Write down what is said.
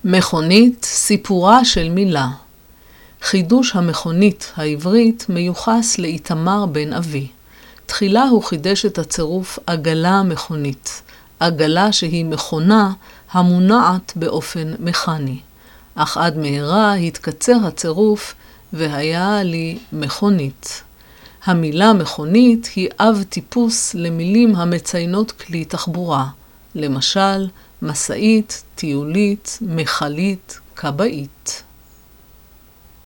מכונית, סיפורה של מילה. חידוש המכונית העברית מיוחס לאיתמר בן אבי. תחילה הוא חידש את הצירוף עגלה מכונית, עגלה שהיא מכונה המונעת באופן מכני. אך עד מהרה התקצר הצירוף והיה לי מכונית. המילה מכונית היא אב טיפוס למילים המציינות כלי תחבורה, למשל, מסעית, טיולית, מכלית, כבאית.